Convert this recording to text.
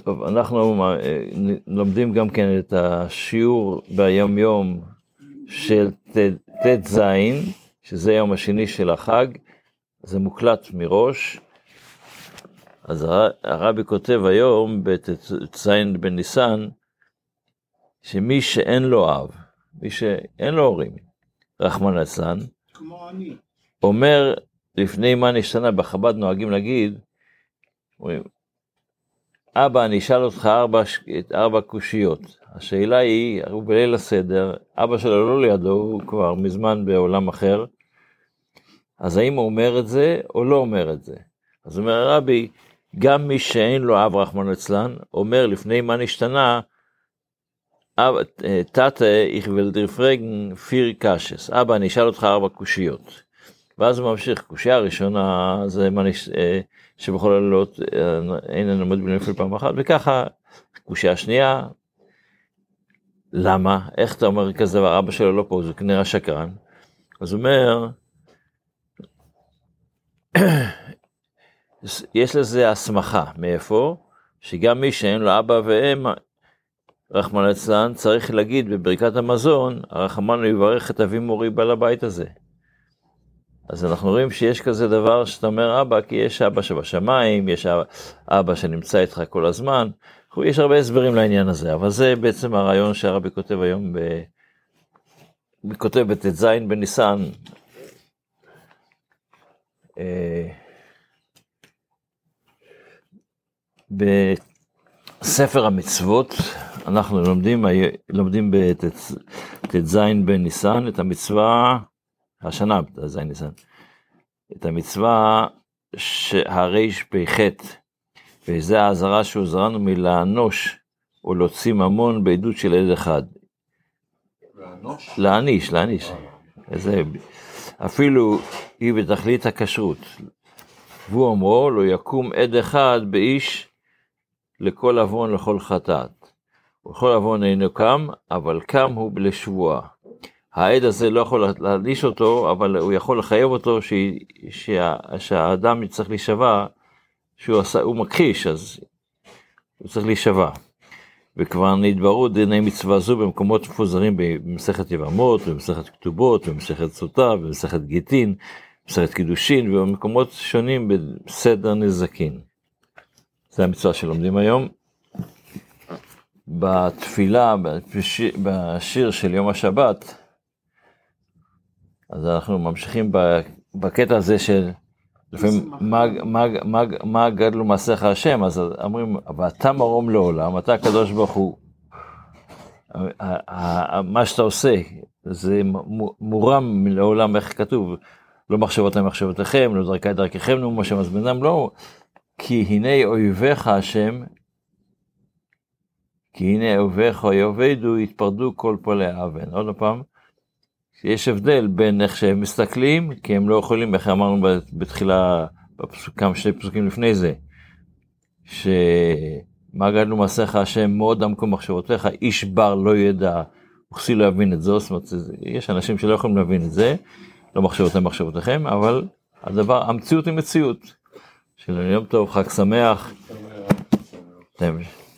טוב, אנחנו לומדים גם כן את השיעור ביום יום של ט"ז, שזה יום השני של החג, זה מוקלט מראש. אז הרבי כותב היום בט"ז בניסן, שמי שאין לו אב, מי שאין לו הורים, רחמנא ליצלן, כמו אני, אומר לפני מה נשתנה, בחב"ד נוהגים להגיד, אומרים, אבא, אני אשאל אותך ארבע קושיות. השאלה היא, הוא בליל הסדר, אבא שלו לא לידו, הוא כבר מזמן בעולם אחר, אז האם הוא אומר את זה או לא אומר את זה? אז אומר הרבי, גם מי שאין לו אב רחמנא ליצלן, אומר לפני מה נשתנה, תתא איך וויל דיר פראגן פיר קשס, אבא, אני אשאל אותך ארבע קושיות. ואז הוא ממשיך, קושיה הראשונה, זה מה שבכל הלילות אין לנו עומד בנפל פעם אחת, וככה, קושיה השנייה, למה? איך אתה אומר כזה דבר? אבא שלו לא פה, זה כנראה שקרן. אז הוא אומר, יש לזה הסמכה, מאיפה? שגם מי שאין לו אבא ואם, רחמנא ליצלן, צריך להגיד בברכת המזון, הרחמנו יברך את אבי מורי בעל הבית הזה. אז אנחנו רואים שיש כזה דבר שאתה אומר אבא, כי יש אבא שבשמיים, יש אבא שנמצא איתך כל הזמן, יש הרבה הסברים לעניין הזה, אבל זה בעצם הרעיון שהרבי כותב היום, כותב בט"ז בניסן, בספר המצוות, אנחנו לומדים בט"ז בניסן את המצווה, השנה בט"ז ניסן, את המצווה שהריש פ"ח, וזה האזהרה שהוזרנו מלענוש או להוציא ממון בעדות של עד אחד. להעניש. אפילו היא בתכלית הכשרות. והוא אומרו, לא יקום עד אחד באיש לכל עוון לכל חטאת. וכל עוון אינו קם, אבל קם הוא לשבועה. העד הזה לא יכול להעניש אותו, אבל הוא יכול לחייב אותו שהאדם צריך להישבע, שהוא מכחיש, אז הוא צריך להישבע. וכבר נתבררו דיני מצווה זו במקומות מפוזרים במסכת יבמות, במסכת כתובות, במסכת סוטה, במסכת גיטין, במסכת קידושין, ובמקומות שונים בסדר נזקין. זה המצווה שלומדים היום. בתפילה, בשיר של יום השבת, אז אנחנו ממשיכים בקטע הזה של לפעמים מה גדלו מעשיך השם, אז אומרים, ואתה מרום לעולם, אתה הקדוש ברוך הוא, מה שאתה עושה, זה מורם לעולם, איך כתוב, לא מחשבותיהם מחשבותיכם, לא דרכי דרכיכם, נו משה מזמנם, לא, כי הנה אויביך השם, כי הנה אויביך יאבדו, יתפרדו כל פועלי אבן. עוד פעם, יש הבדל בין איך שהם מסתכלים, כי הם לא יכולים, איך אמרנו בתחילה, כמה שני פסוקים לפני זה, שמה גדלו מעשיך השם מאוד עמקו מחשבותיך, איש בר לא ידע, וכסי לא יבין את זאת, זאת אומרת, יש אנשים שלא יכולים להבין את זה, לא מחשבותיהם מחשבותיכם, אבל המציאות היא מציאות. של יום טוב, חג שמח.